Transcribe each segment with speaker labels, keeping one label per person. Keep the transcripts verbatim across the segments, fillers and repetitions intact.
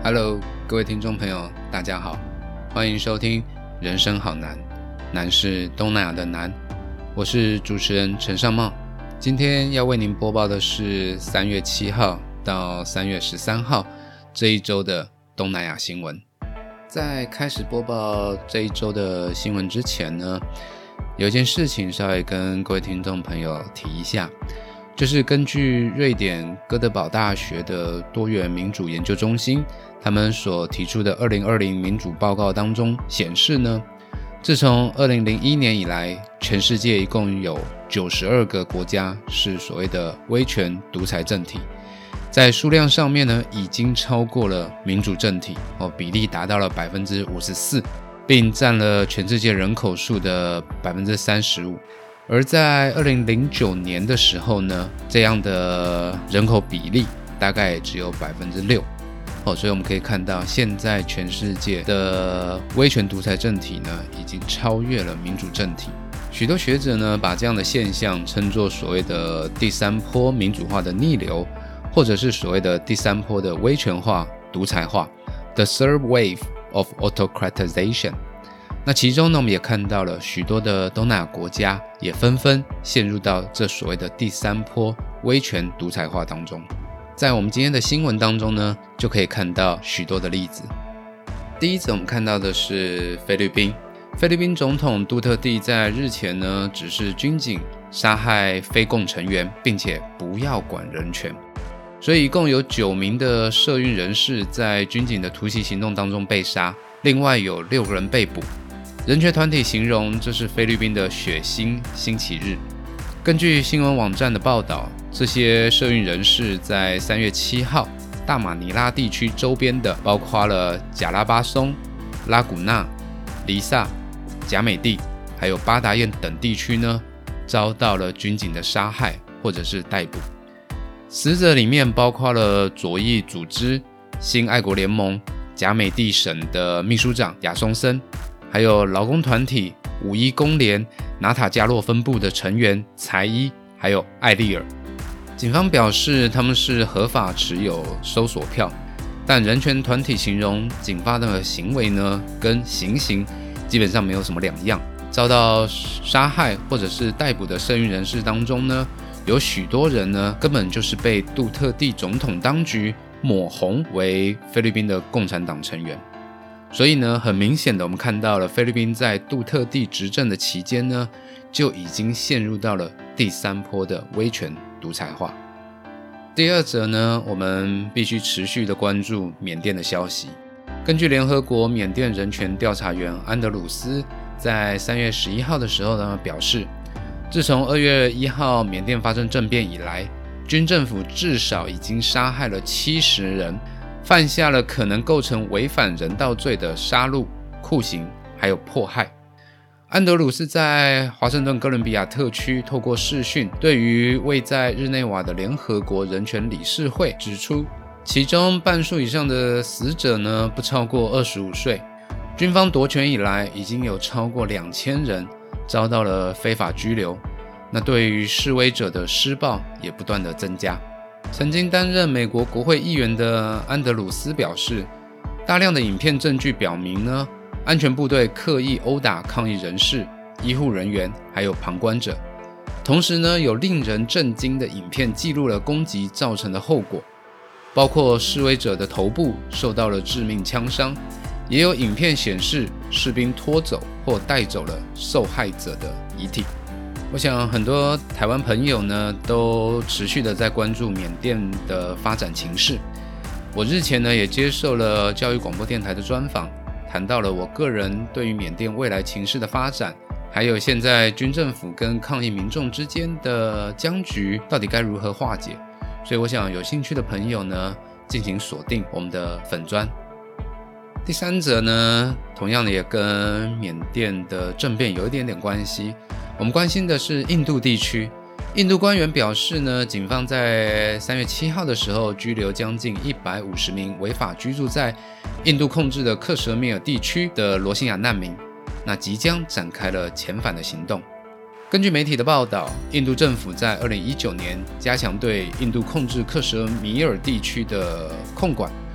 Speaker 1: Hello， 各位听众朋友，大家好，欢迎收听人生好难，难是东南亚的难，我是主持人陈尚茂。今天要为您播报的是三月七号到三月十三号这一周的东南亚新闻。在开始播报这一周的新闻之前呢，有一件事情稍微跟各位听众朋友提一下，就是根据瑞典哥德堡大学的多元民主研究中心他们所提出的二零二零民主报告当中显示呢，自从二零零一年以来，全世界一共有九十二个国家是所谓的威权独裁政体，在数量上面呢已经超过了民主政体，哦，比例达到了 百分之五十四， 并占了全世界人口数的 百分之三十五。而在二零零九年的时候呢，这样的人口比例大概只有 百分之六。哦，所以我们可以看到，现在全世界的威权独裁政体呢，已经超越了民主政体。许多学者呢，把这样的现象称作所谓的第三波民主化的逆流，或者是所谓的第三波的威权化、独裁化 ，the third wave of autocratization。那其中呢，我们也看到了许多的东南亚国家也纷纷陷入到这所谓的第三波威权独裁化当中。在我们今天的新闻当中呢，就可以看到许多的例子。第一则我们看到的是菲律宾，菲律宾总统杜特地在日前呢指示军警杀害非共成员，并且不要管人权，所以一共有九名的社运人士在军警的突袭行动当中被杀，另外有六个人被捕。人权团体形容这是菲律宾的血腥星期日。根据新闻网站的报道，这些社运人士在三月七号大马尼拉地区周边的包括了贾拉巴松、拉古纳、黎萨、贾美地还有巴达彦等地区呢，遭到了军警的杀害或者是逮捕。死者里面包括了左翼组织新爱国联盟贾美地省的秘书长亚松森，还有劳工团体五一工联纳塔加洛分部的成员才伊还有艾利尔。警方表示他们是合法持有搜索票，但人权团体形容警方的行为呢跟行刑基本上没有什么两样。遭到杀害或者是逮捕的社运人士当中呢，有许多人呢根本就是被杜特地总统当局抹红为菲律宾的共产党成员。所以呢，很明显的我们看到了菲律宾在杜特地执政的期间呢，就已经陷入到了第三波的威权独裁化。第二则呢，我们必须持续的关注缅甸的消息。根据联合国缅甸人权调查员安德鲁斯在三月十一号的时候呢表示，自从二月一号缅甸发生政变以来，军政府至少已经杀害了七十人，犯下了可能构成违反人道罪的杀戮、酷刑还有迫害。安德鲁斯在华盛顿哥伦比亚特区透过视讯对于位在日内瓦的联合国人权理事会指出，其中半数以上的死者呢不超过二十五岁，军方夺权以来已经有超过两千人遭到了非法拘留，那对于示威者的施暴也不断的增加。曾经担任美国国会议员的安德鲁斯表示，大量的影片证据表明呢，安全部队刻意殴打抗议人士、医护人员还有旁观者。同时呢，有令人震惊的影片记录了攻击造成的后果，包括示威者的头部受到了致命枪伤，也有影片显示士兵拖走或带走了受害者的遗体。我想很多台湾朋友呢都持续的在关注缅甸的发展情势。我日前呢也接受了教育广播电台的专访，谈到了我个人对于缅甸未来情势的发展，还有现在军政府跟抗议民众之间的僵局到底该如何化解。所以我想有兴趣的朋友呢进行锁定我们的粉专。第三则呢，同样的也跟缅甸的政变有一点点关系。我们关心的是印度地区。印度官员表示呢，警方在三月七号的时候拘留将近一百五十名违法居住在印度控制的克什米尔地区的罗兴亚难民，那即将展开了遣返的行动。根据媒体的报道，印度政府在二零一九年加强对印度控制克什米尔地区的控管，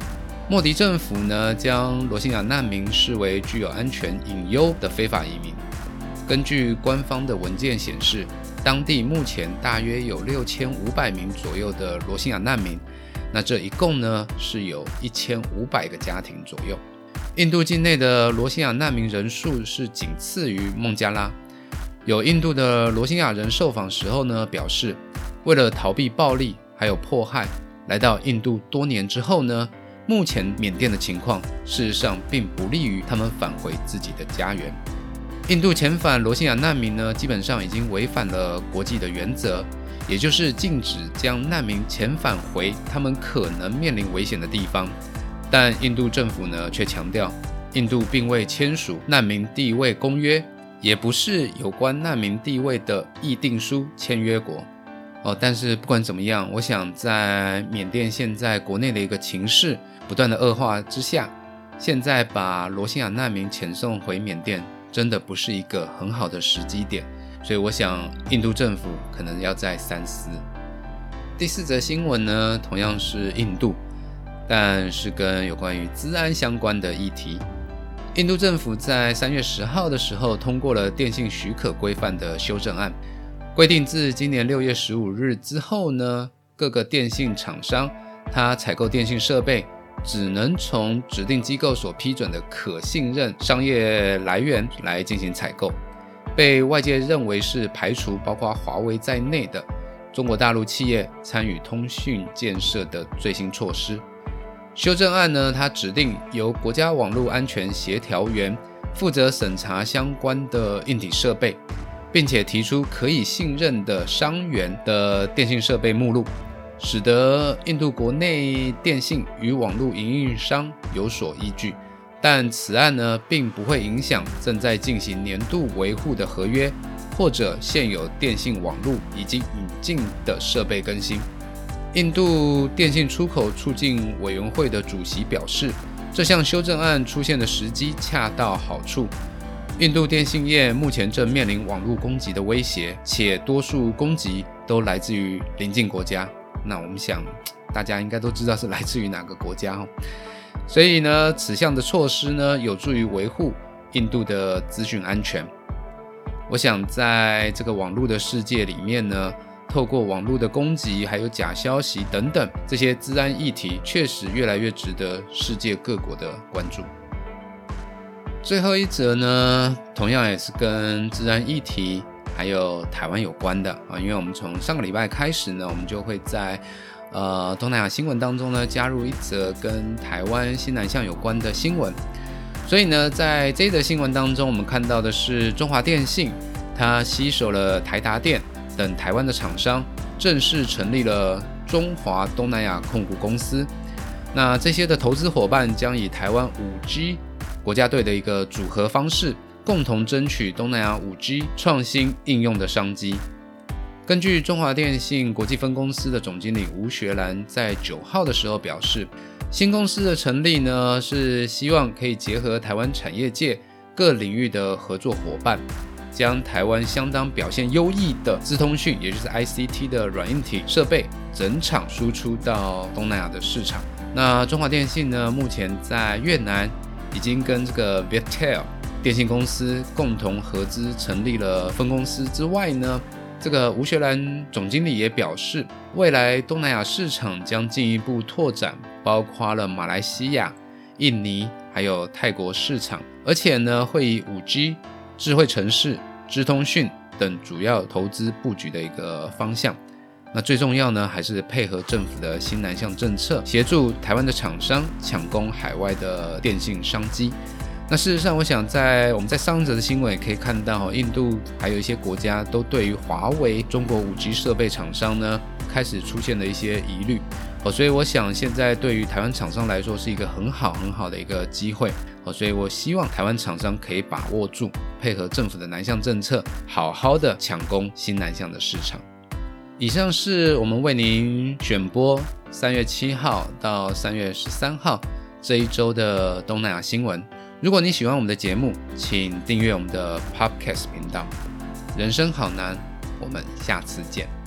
Speaker 1: 莫迪政府呢，将罗兴亚难民视为具有安全隐忧的非法移民。根据官方的文件显示，当地目前大约有六千五百名左右的罗兴亚难民，那这一共呢是有一千五百个家庭左右。印度境内的罗兴亚难民人数是仅次于孟加拉。有印度的罗兴亚人受访时候呢表示，为了逃避暴力还有迫害，来到印度多年之后呢，目前缅甸的情况事实上并不利于他们返回自己的家园。印度遣返罗兴亚难民呢，基本上已经违反了国际的原则，也就是禁止将难民遣返回他们可能面临危险的地方。但印度政府呢却强调，印度并未签署难民地位公约，也不是有关难民地位的议定书签约国。哦，但是不管怎么样，我想在缅甸现在国内的一个情势不断的恶化之下，现在把罗兴亚难民遣送回缅甸真的不是一个很好的时机点，所以我想印度政府可能要再三思。第四则新闻呢，同样是印度，但是跟有关于资安相关的议题。印度政府在三月十号的时候通过了电信许可规范的修正案，规定自今年六月十五日之后呢，各个电信厂商它采购电信设备只能从指定机构所批准的可信任商业来源来进行采购，被外界认为是排除包括华为在内的中国大陆企业参与通讯建设的最新措施。修正案呢，它指定由国家网络安全协调员负责审查相关的硬体设备，并且提出可以信任的商源的电信设备目录，使得印度国内电信与网络营运商有所依据。但此案呢，并不会影响正在进行年度维护的合约，或者现有电信网络已经引进的设备更新。印度电信出口促进委员会的主席表示，这项修正案出现的时机恰到好处。印度电信业目前正面临网络攻击的威胁，且多数攻击都来自于邻近国家。那我们想大家应该都知道是来自于哪个国家哦。所以呢，此项的措施呢，有助于维护印度的资讯安全。我想在这个网络的世界里面呢，透过网络的攻击还有假消息等等这些资安议题，确实越来越值得世界各国的关注。最后一则呢，同样也是跟资安议题还有台湾有关的啊，因为我们从上个礼拜开始呢，我们就会在呃东南亚新闻当中呢加入一则跟台湾新南向有关的新闻。所以呢，在这一则新闻当中，我们看到的是中华电信，它携手了台达电等台湾的厂商，正式成立了中华东南亚控股公司。那这些的投资伙伴将以台湾 五 G 国家队的一个组合方式，共同争取东南亚 五 G 创新应用的商机。根据中华电信国际分公司的总经理吴学兰在九号的时候表示，新公司的成立呢，是希望可以结合台湾产业界各领域的合作伙伴，将台湾相当表现优异的资通讯，也就是 I C T 的软硬体设备整场输出到东南亚的市场。那中华电信呢，目前在越南已经跟这个 Viettel 电信公司共同合资成立了分公司之外呢，这个吴学兰总经理也表示，未来东南亚市场将进一步拓展，包括了马来西亚、印尼还有泰国市场，而且呢会以 五 G、智慧城市、资通讯等主要投资布局的一个方向。那最重要呢，还是配合政府的新南向政策，协助台湾的厂商抢攻海外的电信商机。那事实上，我想在我们在上一则的新闻也可以看到，印度还有一些国家都对于华为中国 五 G 设备厂商呢，开始出现了一些疑虑。所以我想现在对于台湾厂商来说是一个很好很好的一个机会。所以我希望台湾厂商可以把握住，配合政府的南向政策，好好的抢攻新南向的市场。以上是我们为您选播三月七号到三月十三号这一周的东南亚新闻。如果你喜欢我们的节目，请订阅我们的 Podcast 频道。人生好难，我们下次见。